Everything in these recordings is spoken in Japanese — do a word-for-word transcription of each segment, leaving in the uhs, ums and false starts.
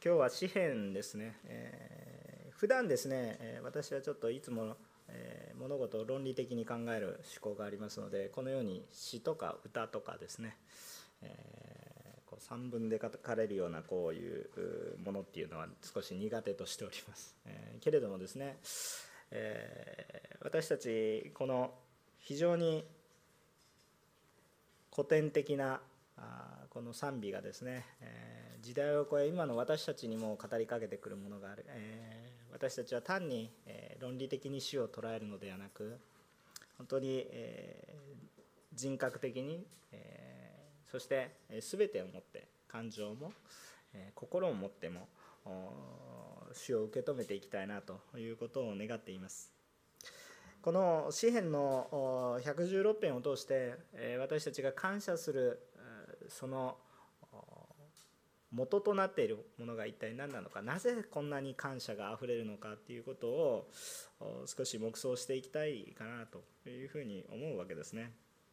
今日は詩編ですね。えー、普段ですね、私はちょっといつも、えー、物事を論理的に考える思考がありますので、このように詩とか歌とかですね、えー、こう散文で書かれるようなこういうものっていうのは少し苦手としております。えー、けれどもですね、えー、私たちこの非常に古典的なこの賛美がですね、時代を超え今の私たちにも語りかけてくるものがある。私たちは単に論理的に死を捉えるのではなく、本当に人格的に、そして全てをもって、感情も心をもっても死を受け止めていきたいなということを願っています。この詩編のひゃくじゅうろく編を通して私たちが感謝するその元となっているものが一体何なのか、なぜこんなに感謝があふれるのかということを少し黙想していきたいかなというふうに思うわけですね。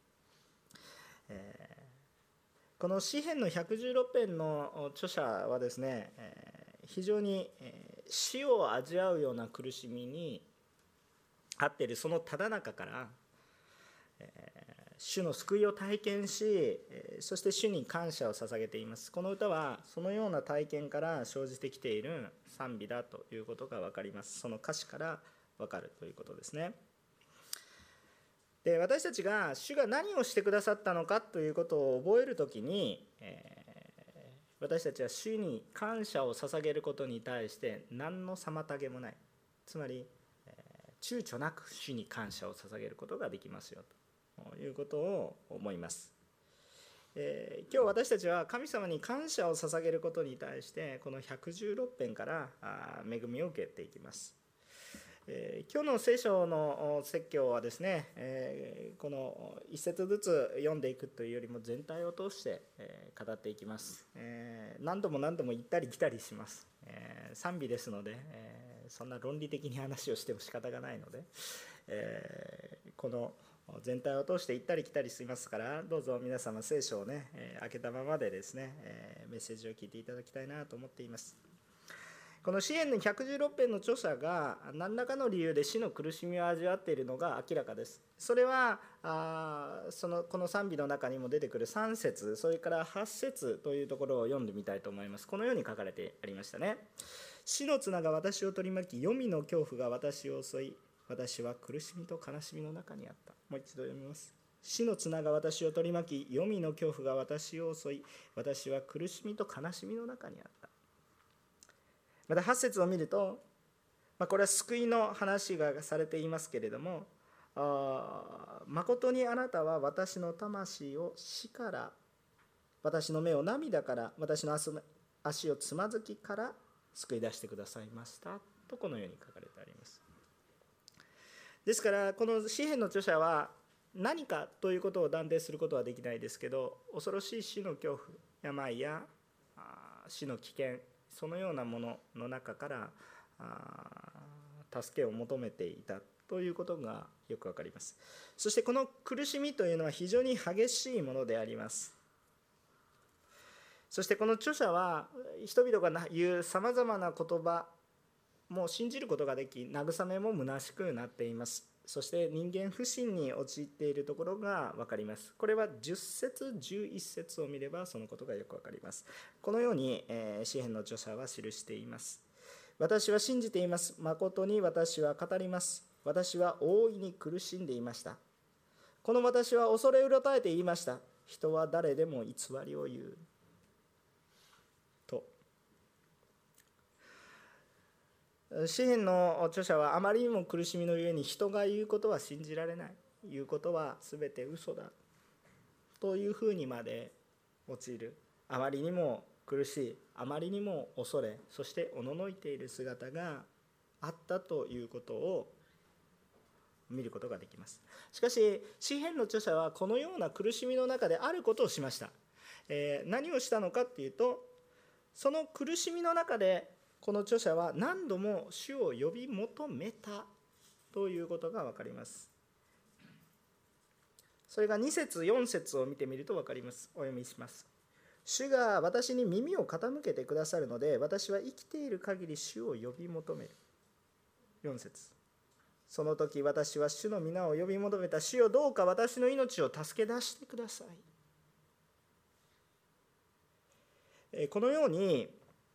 この詩編のひゃくじゅうろく編の著者はですね、非常に死を味わうような苦しみにあっているそのただ中から、主の救いを体験し、そして主に感謝を捧げています。この歌はそのような体験から生じてきている賛美だということが分かります。その歌詞から分かるということですね。で、私たちが主が何をしてくださったのかということを覚えるときに、私たちは主に感謝を捧げることに対して何の妨げもない、つまり躊躇なく主に感謝を捧げることができますよということを思います。えー、今日私たちは神様に感謝を捧げることに対してこのひゃくじゅうろく編から恵みを受けていきます。えー、今日の聖書の説教はですね、えー、この一節ずつ読んでいくというよりも全体を通して、えー、語っていきます。えー、何度も何度も行ったり来たりします。えー、賛美ですので、えー、そんな論理的に話をしても仕方がないので、えー、この全体を通して行ったり来たりしますから、どうぞ皆様聖書をね、えー、開けたままでですね、えー、メッセージを聞いていただきたいなと思っています。この詩編のひゃくじゅうろく編の著者が何らかの理由で死の苦しみを味わっているのが明らかです。それはあそのこの賛美の中にも出てくるさん節、それからはち節というところを読んでみたいと思います。このように書かれてありましたね。死の綱が私を取り巻き、黄泉の恐怖が私を襲い、私は苦しみと悲しみの中にあった。もう一度読みます。死の綱が私を取り巻き、黄泉の恐怖が私を襲い、私は苦しみと悲しみの中にあった。またはち節を見ると、まあ、これは救いの話がされていますけれども、あ誠にあなたは私の魂を死から、私の目を涙から、私の足をつまずきから救い出してくださいましたと、このように書かれてあります。ですからこの詩編の著者は何かということを断定することはできないですけど、恐ろしい死の恐怖、病や死の危険、そのようなものの中から助けを求めていたということがよくわかります。そしてこの苦しみというのは非常に激しいものであります。そしてこの著者は人々が言うさまざまな言葉も信じることができ、慰めも虚しくなっています。そして人間不信に陥っているところが分かります。これはじゅっ節じゅういち節を見ればそのことがよく分かります。このように、えー、詩編の著者は記しています。私は信じています。誠に私は語ります。私は大いに苦しんでいました。この私は恐れうろたえて言いました。人は誰でも偽りを言うと。詩編の著者はあまりにも苦しみのゆえに、人が言うことは信じられない、言うことは全て嘘だというふうにまで陥る、あまりにも苦しい、あまりにも恐れ、そしておののいている姿があったということを見ることができます。しかし詩編の著者はこのような苦しみの中であることをしました。えー、何をしたのかっていうと、その苦しみの中でこの著者は何度も主を呼び求めたということが分かります。それがに節よん節を見てみると分かります。お読みします。 主が私に耳を傾けてくださるので、私は生きている限り主を呼び求める。よん節。その時私は主の皆を呼び求めた。主よ、どうか私の命を助け出してください。このように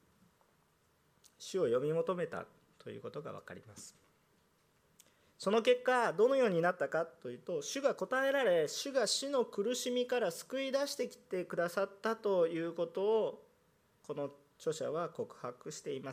主を呼び求めたということが分かります。その結果どのようになったかというと、主が答えられ、主が死の苦しみから救い出してきてくださったということをこの著者は告白しています。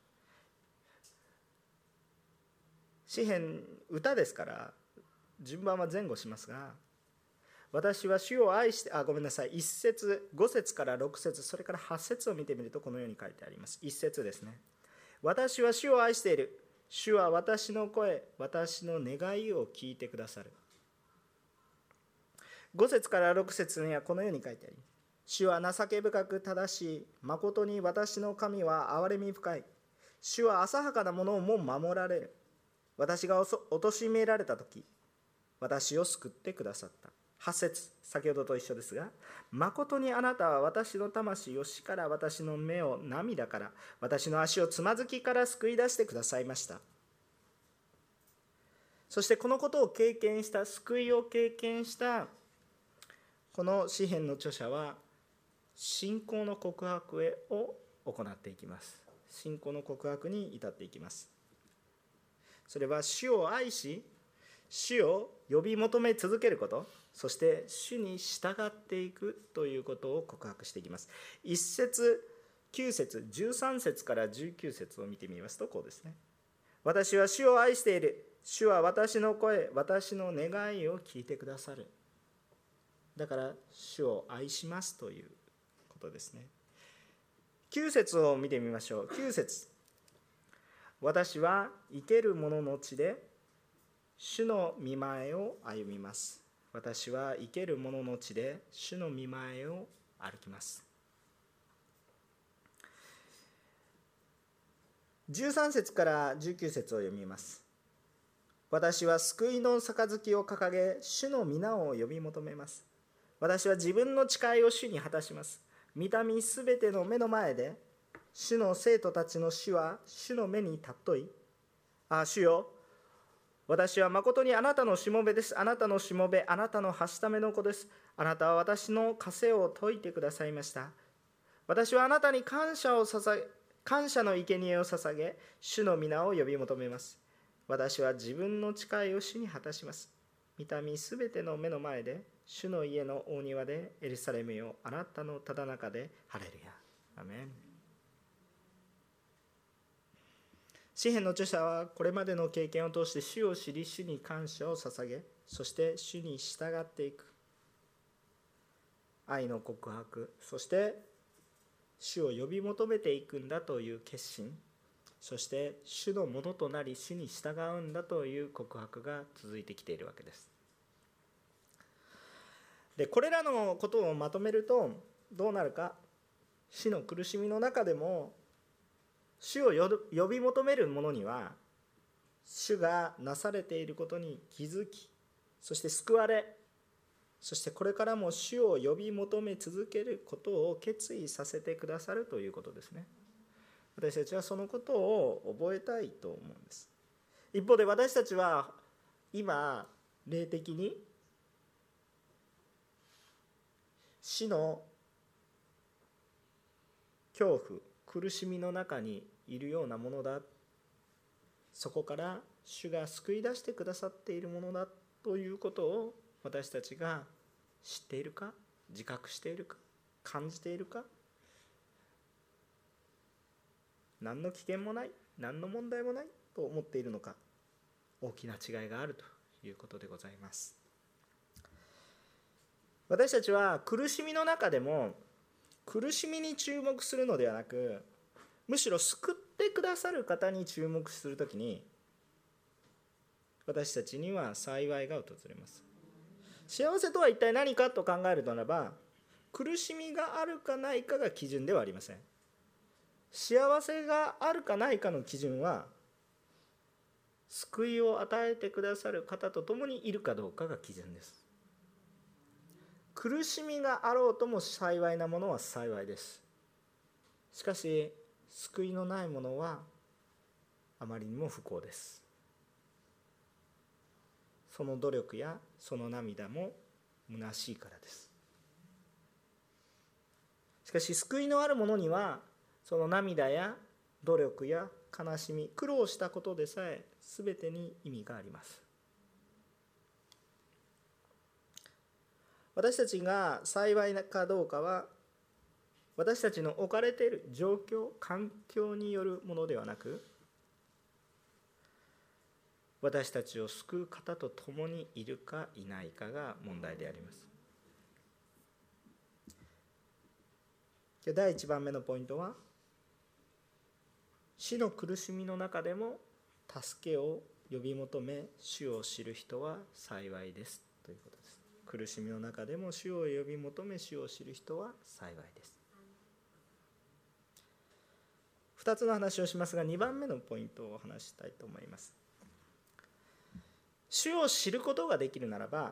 詩編、歌ですから順番は前後しますが、私は主を愛して、あ、ごめんなさい、いち節、ご節からろく節、それからはち節を見てみるとこのように書いてあります。いち節ですね。私は主を愛している。主は私の声、私の願いを聞いてくださる。ご節からろく節にはこのように書いてあります。主は情け深く正しい。誠に私の神は憐れみ深い。主は浅はかなものをも守られる。私が貶められたとき、私を救ってくださった。はち節、先ほどと一緒ですが、誠にあなたは私の魂を死から、私の目を涙から、私の足をつまずきから救い出してくださいました。そしてこのことを経験した、救いを経験したこの詩編の著者は信仰の告白へを行っていきます。信仰の告白に至っていきます。それは主を愛し、主を呼び求め続けること、そして主に従っていくということを告白していきます。いち節、きゅう節、じゅうさん節からじゅうきゅう節を見てみますとこうですね。私は主を愛している。主は私の声、私の願いを聞いてくださる。だから主を愛しますということですね。きゅう節を見てみましょう。きゅう節。私は生ける者の地で主の御前を歩みます。私は生ける者の地で主の御前を歩きます。じゅうさん節からじゅうきゅう節を読みます。私は救いの杯を掲げ、主の皆を呼び求めます。私は自分の誓いを主に果たします。御民すべての目の前で、主の生徒たちの死は主の目に尊い。ああ、主よ、私は誠にあなたのしもべです。あなたのしもべ、あなたのはしための子です。あなたは私の枷を解いてくださいました。私はあなたに感謝を捧げ、感謝の生贄を捧げ、主の皆を呼び求めます。私は自分の誓いを主に果たします。御民すべての目の前で、主の家の大庭でエルサレムよ、あなたのただ中でハレルヤ。アメン。詩編の著者はこれまでの経験を通して主を知り、主に感謝を捧げ、そして主に従っていく愛の告白、そして主を呼び求めていくんだという決心、そして主のものとなり主に従うんだという告白が続いてきているわけです。で、これらのことをまとめるとどうなるか。死の苦しみの中でも主を呼び求める者には、主がなされていることに気づき、そして救われ、そしてこれからも主を呼び求め続けることを決意させてくださるということですね。私たちはそのことを覚えたいと思うんです。一方で私たちは今霊的に死の恐怖、苦しみの中にいるようなものだ、そこから主が救い出してくださっているものだということを私たちが知っているか、自覚しているか、感じているか。何の危険もない、何の問題もないと思っているのか、大きな違いがあるということでございます。私たちは苦しみの中でも苦しみに注目するのではなく、むしろ救ってくださる方に注目するときに、私たちには幸いが訪れます。幸せとは一体何かと考えるならば、苦しみがあるかないかが基準ではありません。幸せがあるかないかの基準は、救いを与えてくださる方と共にいるかどうかが基準です。 苦しみがあろうとも幸いなものは幸いです。しかし救いのないものはあまりにも不幸です。その努力やその涙も虚しいからです。しかし救いのあるものにはその涙や努力や悲しみ、苦労したことでさえ全てに意味があります。私たちが幸いかどうかは私たちの置かれている状況、環境によるものではなく、私たちを救う方と共にいるかいないかが問題であります。だいいちばんめのポイントは、死の苦しみの中でも助けを呼び求め主を知る人は幸いですということです。苦しみの中でも主を呼び求め主を知る人は幸いです。ふたつの話をしますが、にばんめのポイントを話したいと思います。主を知ることができるならば、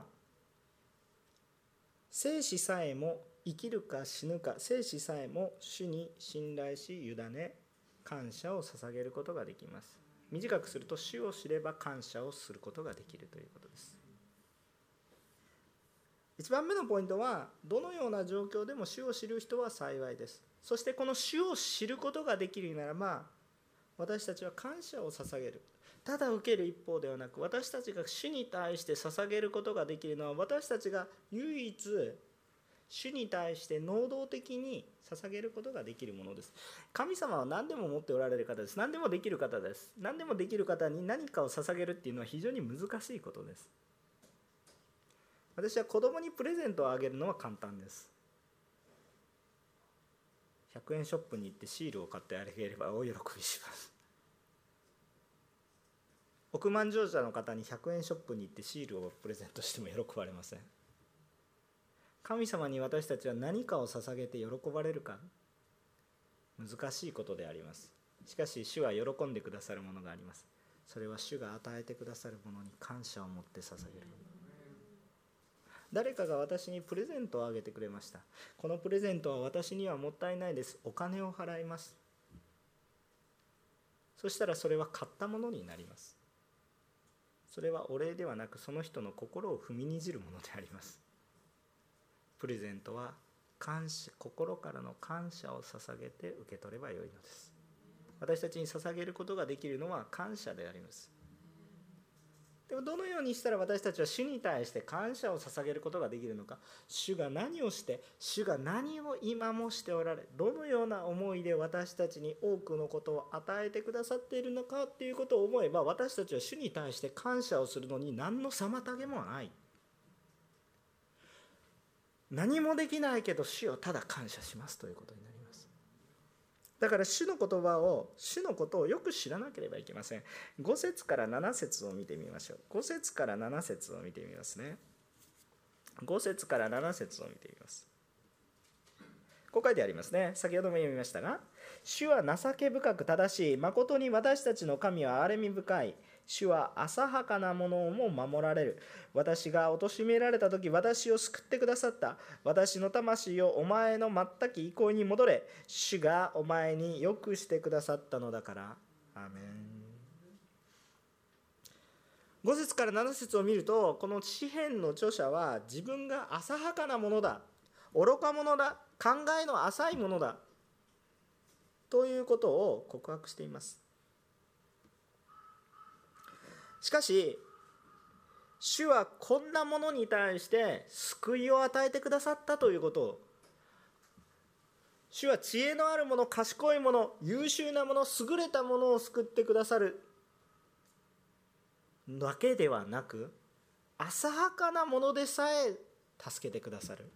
生死さえも生きるか死ぬか、生死さえも主に信頼し委ね感謝を捧げることができます。短くすると、主を知れば感謝をすることができるということです。いちばんめのポイントは、どのような状況でも主を知る人は幸いです。そしてこの主を知ることができるならば、私たちは感謝を捧げる。ただ受ける一方ではなく、私たちが主に対して捧げることができるのは、私たちが唯一主に対して能動的に捧げることができるものです。神様は何でも持っておられる方です。何でもできる方です。何でもできる方に何かを捧げるっていうのは非常に難しいことです。私は子供にプレゼントをあげるのは簡単です。ひゃくえんショップに行ってシールを買ってあげれば大喜びします。億万長者の方にひゃくえんショップに行ってシールをプレゼントしても喜ばれません。神様に私たちは何かを捧げて喜ばれるか、難しいことであります。しかし主は喜んでくださるものがあります。それは主が与えてくださるものに感謝を持って捧げる。誰かが私にプレゼントをあげてくれました。このプレゼントは私にはもったいないです。お金を払います。そしたらそれは買ったものになります。それはお礼ではなく、その人の心を踏みにじるものであります。プレゼントは感謝、心からの感謝を捧げて受け取ればよいのです。私たちに捧げることができるのは感謝であります。でもどのようにしたら私たちは主に対して感謝を捧げることができるのか。主が何をして、主が何を今もしておられ、どのような思いで私たちに多くのことを与えてくださっているのかっていうことを思えば、私たちは主に対して感謝をするのに何の妨げもない。何もできないけど主をただ感謝しますということになります。だから主の言葉を、主のことをよく知らなければいけません。ご節からなな節を見てみましょう。ご節からなな節を見てみますね。ご節からなな節を見てみます。こう書いてありますね。先ほども読みましたが、主は情け深く正しい。誠に私たちの神は憐れみ深い。主は浅はかなものをも守られる。私が貶められた時、私を救ってくださった。私の魂をお前の全き憩いに戻れ。主がお前によくしてくださったのだから。アーメン。ご節からなな節を見ると、この詩篇の著者は自分が浅はかなものだ、愚か者だ、考えの浅いものだということを告白しています。しかし主はこんなものに対して救いを与えてくださったということを、主は知恵のあるもの、賢いもの、優秀なもの、優れたものを救ってくださるだけではなく、浅はかなものでさえ助けてくださる。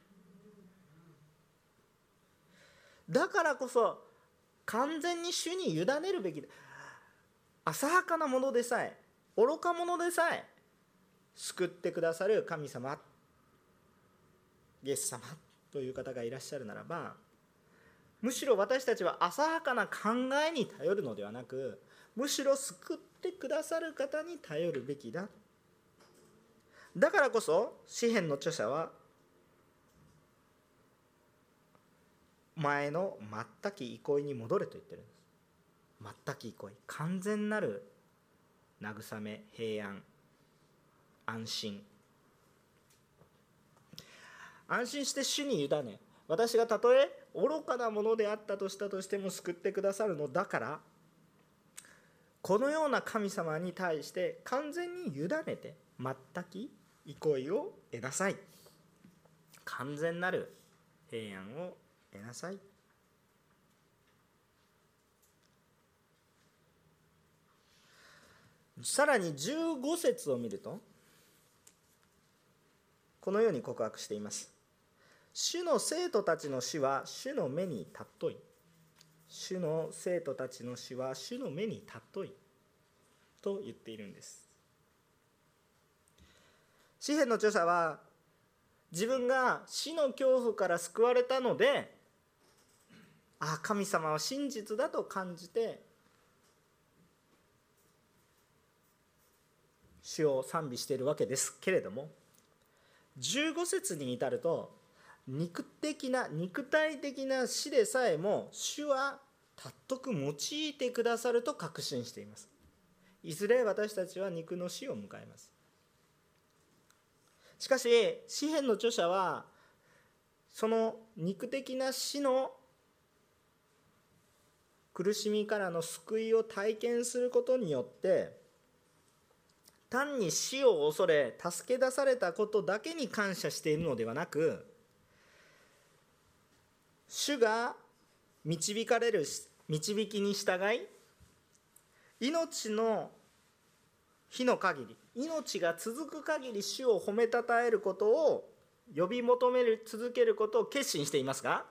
だからこそ完全に主に委ねるべきだ。浅はかなものでさえ、愚か者でさえ救ってくださる神様、イエス様という方がいらっしゃるならば、むしろ私たちは浅はかな考えに頼るのではなく、むしろ救ってくださる方に頼るべきだ。だからこそ詩篇の著者は前の全き憩いに戻れと言ってるんです。全き憩い、完全なる慰め、平安、安心。安心して主に委ね、私がたとえ愚かなものであったとしたとしても救ってくださるのだから、このような神様に対して完全に委ねて全き憩いを得なさい。完全なる平安を得なさい。さらにじゅうご節を見ると、このように告白しています。主の生徒たちの死は主の目に尊い。主の生徒たちの死は主の目に尊いと言っているんです。詩篇の著者は、自分が死の恐怖から救われたので、ああ神様は真実だと感じて主を賛美しているわけですけれども、じゅうご節に至ると、肉的な肉体的な死でさえも主は尊く用いてくださると確信しています。いずれ私たちは肉の死を迎えます。しかし詩篇の著者は、その肉的な死の苦しみからの救いを体験することによって、単に死を恐れ助け出されたことだけに感謝しているのではなく、主が導かれる導きに従い、命の日の限り、命が続く限り主を褒めたたえることを呼び求める続けることを決心していますが、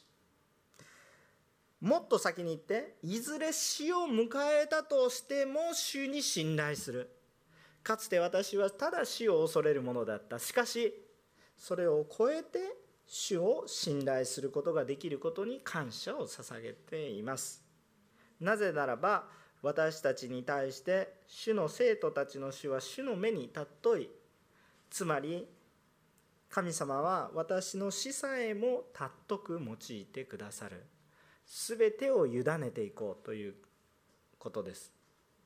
もっと先に言って、いずれ死を迎えたとしても主に信頼する。かつて私はただ死を恐れるものだった。しかしそれを超えて主を信頼することができることに感謝を捧げています。なぜならば、私たちに対して主の生徒たちの死は主の目に尊い。つまり神様は私の死さえも尊く用いてくださる。すべてを委ねていこうということです。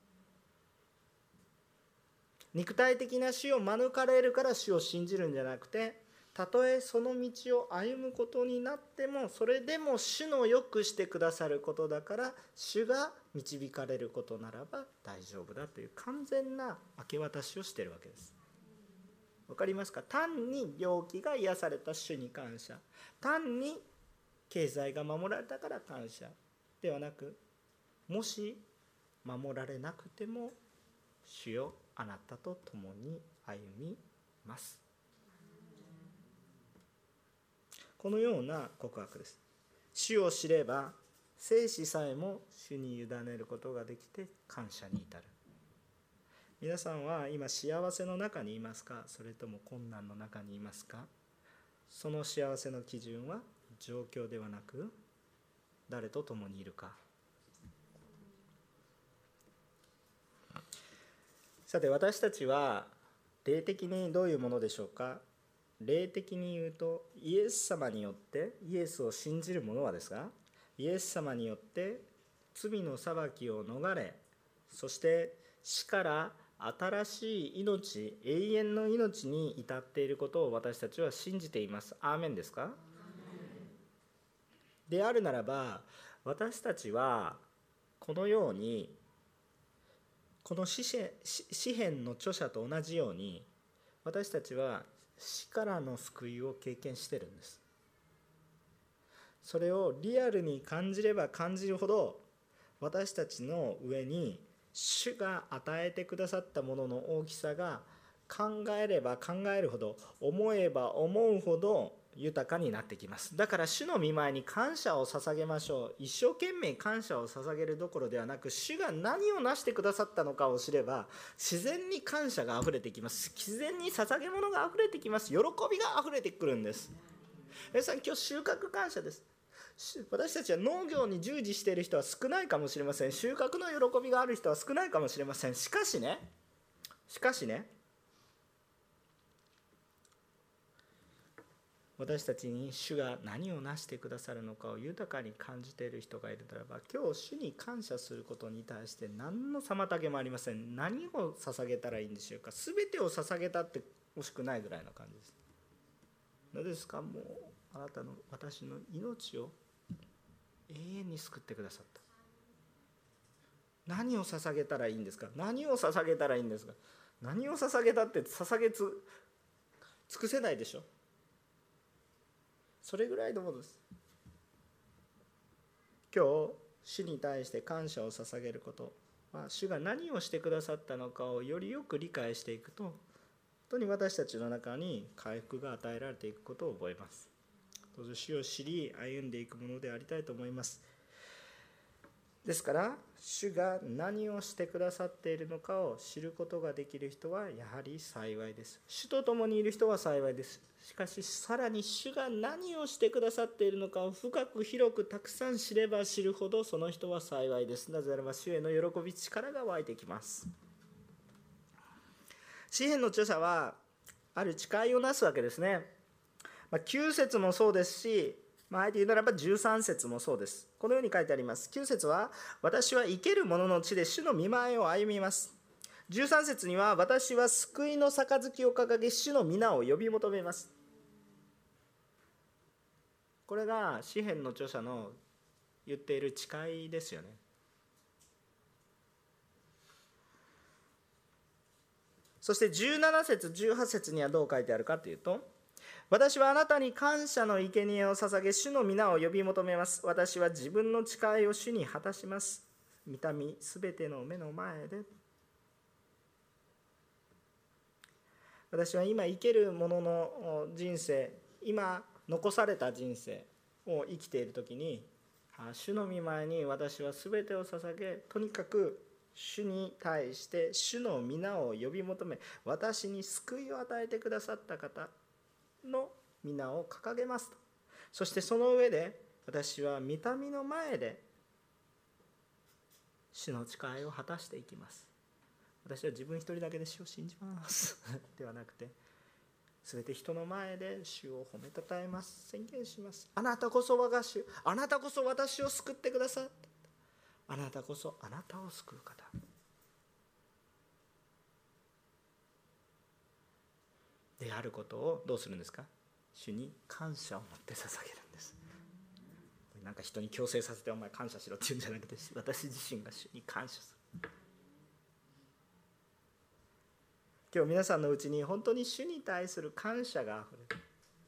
肉体的な死を免れるから死を信じるんじゃなくて、たとえその道を歩むことになっても、それでも主のよくしてくださることだから、主が導かれることならば大丈夫だという完全な明け渡しをしているわけです。わかりますか？単に病気が癒された主に感謝、単に経済が守られたから感謝ではなく、もし守られなくても主よ、あなたと共に歩みます。このような告白です。主を知れば生死さえも主に委ねることができて感謝に至る。皆さんは今幸せの中にいますか？それとも困難の中にいますか？その幸せの基準は状況ではなく、誰と共にいるか。さて、私たちは霊的にどういうものでしょうか？霊的に言うと、イエス様によって、イエスを信じる者はですが、イエス様によって罪の裁きを逃れ、そして死から新しい命、永遠の命に至っていることを私たちは信じています。アーメンですか？であるならば、私たちはこのように、この詩篇の著者と同じように、私たちは死からの救いを経験しているんです。それをリアルに感じれば感じるほど、私たちの上に主が与えてくださったものの大きさが考えれば考えるほど、思えば思うほど豊かになってきます。だから主の御前に感謝を捧げましょう。一生懸命感謝を捧げるどころではなく、主が何をなしてくださったのかを知れば、自然に感謝があふれてきます。自然に捧げ物があふれてきます。喜びがあふれてくるんです。皆さん、今日収穫感謝です。私たちは農業に従事している人は少ないかもしれません。収穫の喜びがある人は少ないかもしれません。しかしねしかしね私たちに主が何をなしてくださるのかを豊かに感じている人がいるならば、今日主に感謝することに対して何の妨げもありません。何を捧げたらいいんでしょうか。全てを捧げたって惜しくないぐらいの感じです。なぜですか。もうあなたの私の命を永遠に救ってくださった。何を捧げたらいいんですか。何を捧げたらいいんですか。何を捧げたって捧げつ尽くせないでしょ。それぐらいのものです。今日主に対して感謝を捧げることは、主が何をしてくださったのかをよりよく理解していくと、本当に私たちの中に回復が与えられていくことを覚えます。どうぞ主を知り歩んでいくものでありたいと思います。ですから主が何をしてくださっているのかを知ることができる人はやはり幸いです。主と共にいる人は幸いです。しかしさらに主が何をしてくださっているのかを深く広くたくさん知れば知るほど、その人は幸いです。なぜならば主への喜び力が湧いてきます。詩篇の著者はある誓いをなすわけですね。まあ、きゅう節もそうですし、まあ、あえて言うならばじゅうさん節もそうです。このように書いてあります。きゅう節は、私は生ける者の地で主の御前を歩みます。じゅうさん節には、私は救いの杯を掲げ主の皆を呼び求めます。これが詩篇の著者の言っている誓いですよね。そしてじゅうなな節じゅうはち節にはどう書いてあるかというと、私はあなたに感謝の生贄を捧げ、主の皆を呼び求めます。私は自分の誓いを主に果たします。御民すべての目の前で。私は今生ける者の人生、今残された人生を生きているときに、主の御前に私はすべてを捧げ、とにかく主に対して主の皆を呼び求め、私に救いを与えてくださった方の皆を掲げますと。そしてその上で、私は御民の前で主の誓いを果たしていきます。私は自分一人だけで主を信じますではなくて、すべて人の前で主を褒めたたえます。宣言します。あなたこそ我が主、あなたこそ私を救ってくださった、あなたこそあなたを救う方であることをどうするんですか。主に感謝を持って捧げるんです。なんか人に強制させてお前感謝しろって言うんじゃなくて、私自身が主に感謝する。今日皆さんのうちに本当に主に対する感謝があふれる、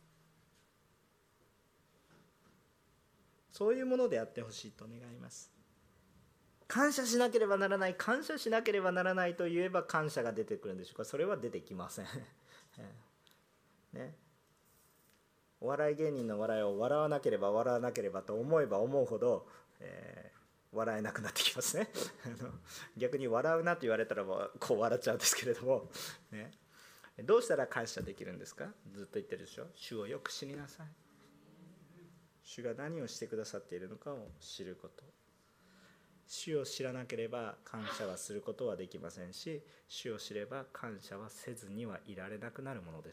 そういうものであってほしいと願います。感謝しなければならない、感謝しなければならないと言えば感謝が出てくるんでしょうか。それは出てきませんね、お笑い芸人の笑いを笑わなければ笑わなければと思えば思うほど、えー、笑えなくなってきますね逆に笑うなと言われたらこう笑っちゃうんですけれども、ね、どうしたら感謝できるんですか。ずっと言ってるでしょ。主をよく知りなさい。主が何をしてくださっているのかを知ること。主を知らなければ感謝はすることはできませんし、主を知れば感謝はせずにはいられなくなるものです。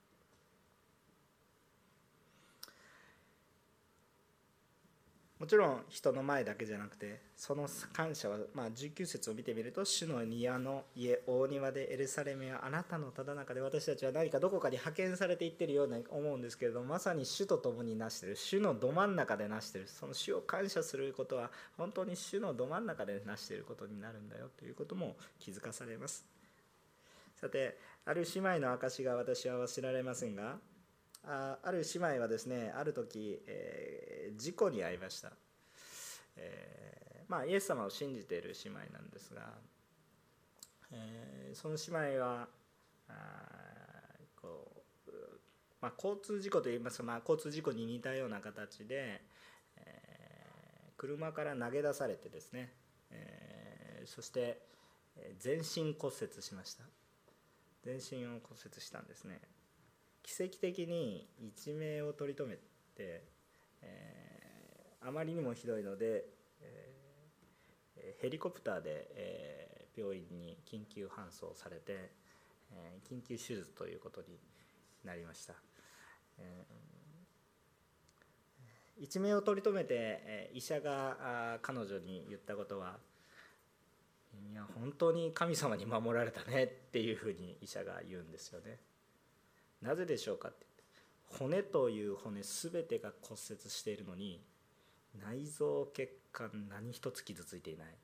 もちろん人の前だけじゃなくて、その感謝は、まあ、じゅうきゅう節を見てみると、主の庭の家、大庭でエルサレムはあなたのただ中で、私たちは何かどこかに派遣されていってるように思うんですけれども、まさに主と共になしている、主のど真ん中でなしている、その主を感謝することは本当に主のど真ん中でなしていることになるんだよということも気づかされます。さて、ある姉妹の証が私は忘れられませんが、あ, ある姉妹はですね、ある時、えー、事故に遭いました。えーまあ、イエス様を信じている姉妹なんですが、えー、その姉妹はあこう、まあ、交通事故といいますか、まあ、交通事故に似たような形で、えー、車から投げ出されてですね、えー、そして全身骨折しました。全身を骨折したんですね。奇跡的に一命を取り留めて、えー、あまりにもひどいので、えー、ヘリコプターで、えー、病院に緊急搬送されて、えー、緊急手術ということになりました。 一命を取り留めて医者が彼女に言ったことは、いや本当に神様に守られたねっていうふうに医者が言うんですよね。なぜでしょうかって、骨という骨すべてが骨折しているのに内臓血管何一つ傷ついていない。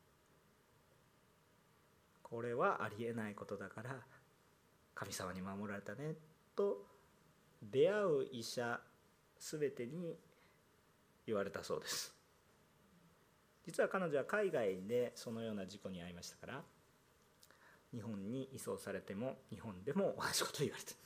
これはありえないことだから神様に守られたねと出会う医者すべてに言われたそうです。実は彼女は海外でそのような事故に遭いましたから、日本に移送されても日本でも同じことを言われて、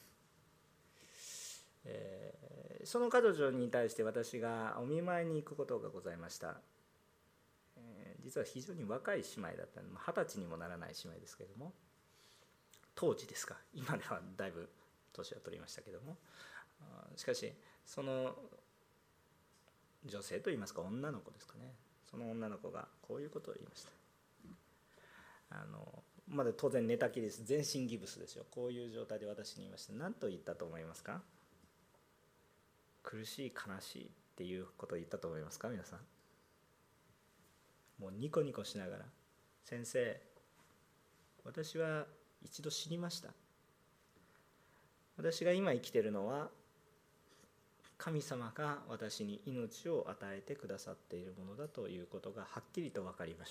えー、その彼女に対して私がお見舞いに行くことがございました。えー、実は非常に若い姉妹だったので、二十歳にもならない姉妹ですけれども、当時ですか、今ではだいぶ年は取りましたけども、しかしその女性といいますか女の子ですかね、その女の子がこういうことを言いました。あのまだ当然寝たきりです、全身ギブスですよ。こういう状態で私に言いました。何と言ったと思いますか？苦しい悲しいっていうことを言ったと思いますか皆さん。もうニコニコしながら、先生、私は一度死にました。私が今生きているのは神様が私に命を与えてくださっているものだということがはっきりと分かりました。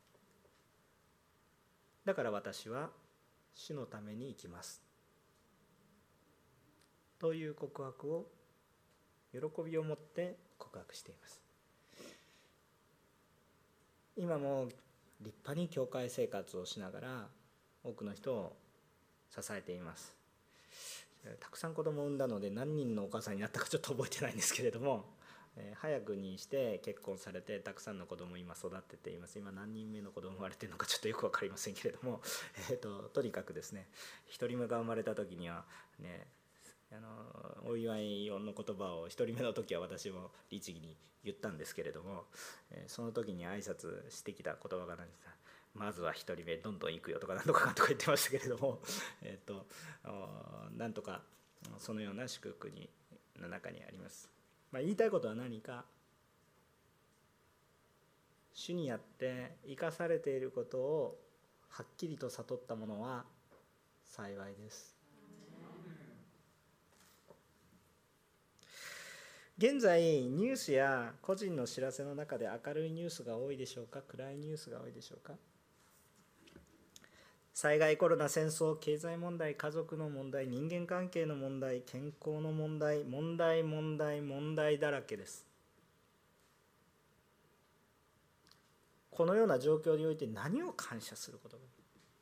だから私は主のために生きますという告白を喜びを持って告白しています。今も立派に教会生活をしながら多くの人を支えています。たくさん子供を産んだので何人のお母さんになったかちょっと覚えてないんですけれども、えー、早くにして結婚されてたくさんの子供を今育てています。今何人目の子供生まれているのかちょっとよく分かりませんけれども、えー、ととにかくですね、一人目が生まれた時にはね、あのお祝いの言葉を一人目の時は私も律儀に言ったんですけれども、えー、その時に挨拶してきた言葉が何ですか、まずは一人目どんどん行くよとかなんとかとか言ってましたけれども、えー、となんとかそのような祝福にの中にあります。まあ、言いたいことは何か、主にあって生かされていることをはっきりと悟ったものは幸いです。現在ニュースや個人の知らせの中で明るいニュースが多いでしょうか、暗いニュースが多いでしょうか。災害、コロナ、戦争、経済問題、家族の問題、人間関係の問題、健康の問題、問題問題問題だらけです。このような状況において何を感謝することがいい？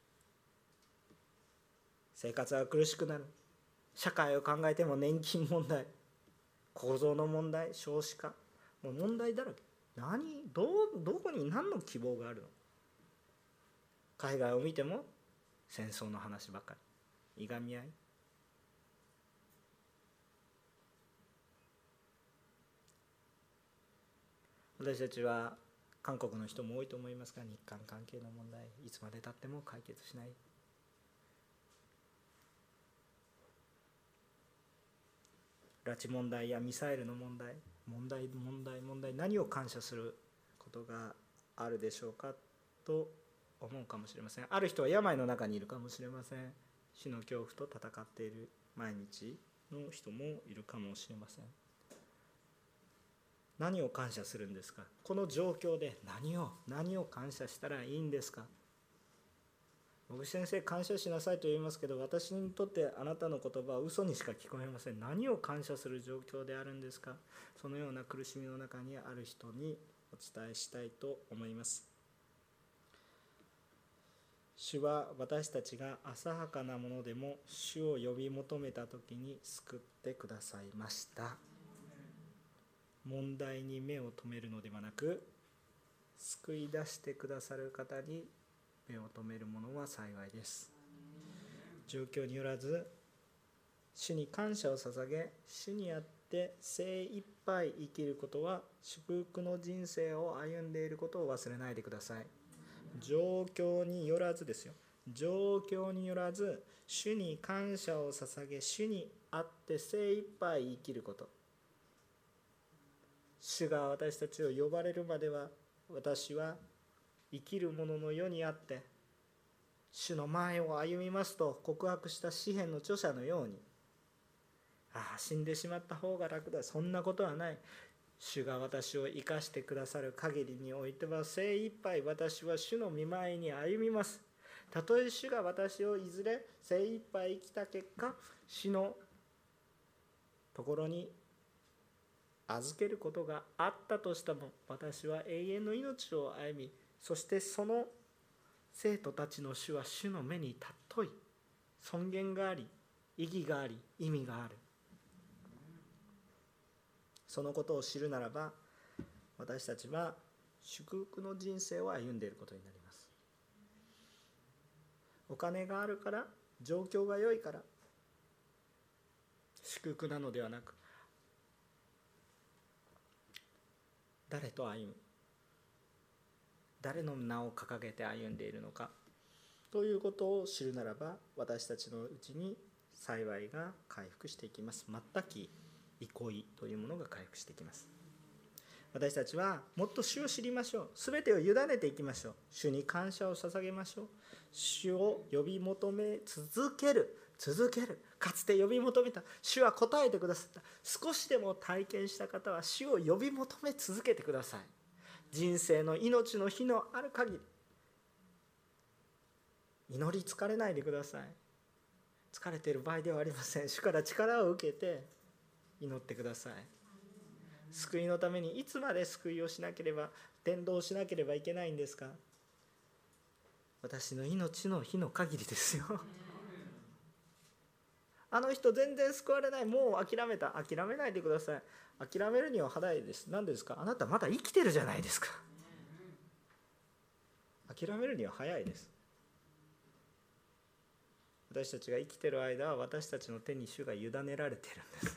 生活が苦しくなる、社会を考えても年金問題、構造の問題、少子化、もう問題だらけ。何どうどこに何の希望があるの？海外を見ても戦争の話ばかり、いがみ合い。私たちは韓国の人も多いと思いますが、日韓関係の問題いつまでたっても解決しない。拉致問題やミサイルの問題、問題問題問題、何を感謝することがあるでしょうかと思うかもしれません。ある人は病の中にいるかもしれません。死の恐怖と戦っている毎日の人もいるかもしれません。何を感謝するんですか？この状況で何を何を感謝したらいいんですか？僕先生感謝しなさいと言いますけど、私にとってあなたの言葉は嘘にしか聞こえません。何を感謝する状況であるんですか？そのような苦しみの中にある人にお伝えしたいと思います。主は私たちが浅はかなものでも主を呼び求めたときに救ってくださいました。問題に目を留めるのではなく、救い出してくださる方に目を留めるものは幸いです。状況によらず、主に感謝を捧げ、主にあって精一杯生きることは祝福の人生を歩んでいることを忘れないでください。状況によらずですよ。 状況によらず主に感謝を捧げ、主にあって精一杯生きること。主が私たちを呼ばれるまでは、私は生きる者の世にあって主の前を歩みますと告白した詩篇の著者のように、ああ死んでしまった方が楽だ、そんなことはない。主が私を生かしてくださる限りにおいては精一杯私は主の御前に歩みます。たとえ主が私をいずれ精一杯生きた結果、主のところに預けることがあったとしても、私は永遠の命を歩み、そしてその生徒たちの主は主の目に尊い、尊厳があり、意義があり、意味がある。そのことを知るならば、私たちは祝福の人生を歩んでいることになります。お金があるから、状況が良いから祝福なのではなく、誰と歩む、誰の名を掲げて歩んでいるのかということを知るならば、私たちのうちに幸いが回復していきます。全き憩いというものが回復していきます。私たちはもっと主を知りましょう。すべてを委ねていきましょう。主に感謝を捧げましょう。主を呼び求め続ける続けるかつて呼び求めた主は答えてくださった。少しでも体験した方は主を呼び求め続けてください。人生の命の日のある限り祈り疲れないでください。疲れている場合ではありません。主から力を受けて祈ってください。救いのためにいつまで救いをしなければ、伝道しなければいけないんですか。私の命の日の限りですよ。あの人全然救われない、もう諦めた。諦めないでください。諦めるには早いです。何ですか。あなたまだ生きてるじゃないですか。諦めるには早いです。私たちが生きている間は私たちの手に主が委ねられているんです。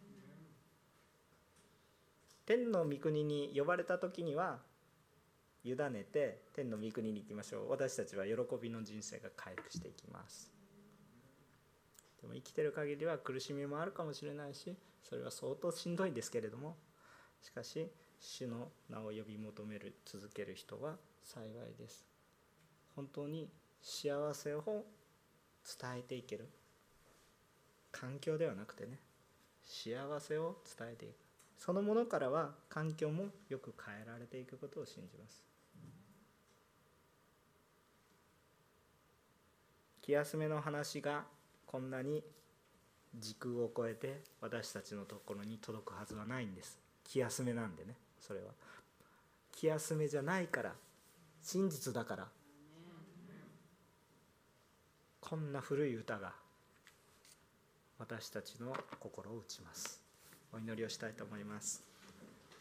天の御国に呼ばれた時には委ねて天の御国に行きましょう。私たちは喜びの人生が回復していきます。でも生きている限りは苦しみもあるかもしれないし、それは相当しんどいんですけれども、しかし主の名を呼び求める続ける人は幸いです。本当に幸せを伝えていける環境ではなくてね、幸せを伝えていく、そのものからは環境もよく変えられていくことを信じます。気休めの話がこんなに時空を超えて私たちのところに届くはずはないんです。気休めなんでね。それは気休めじゃないから、真実だから、こんな古い歌が私たちの心を打ちます。お祈りをしたいと思います。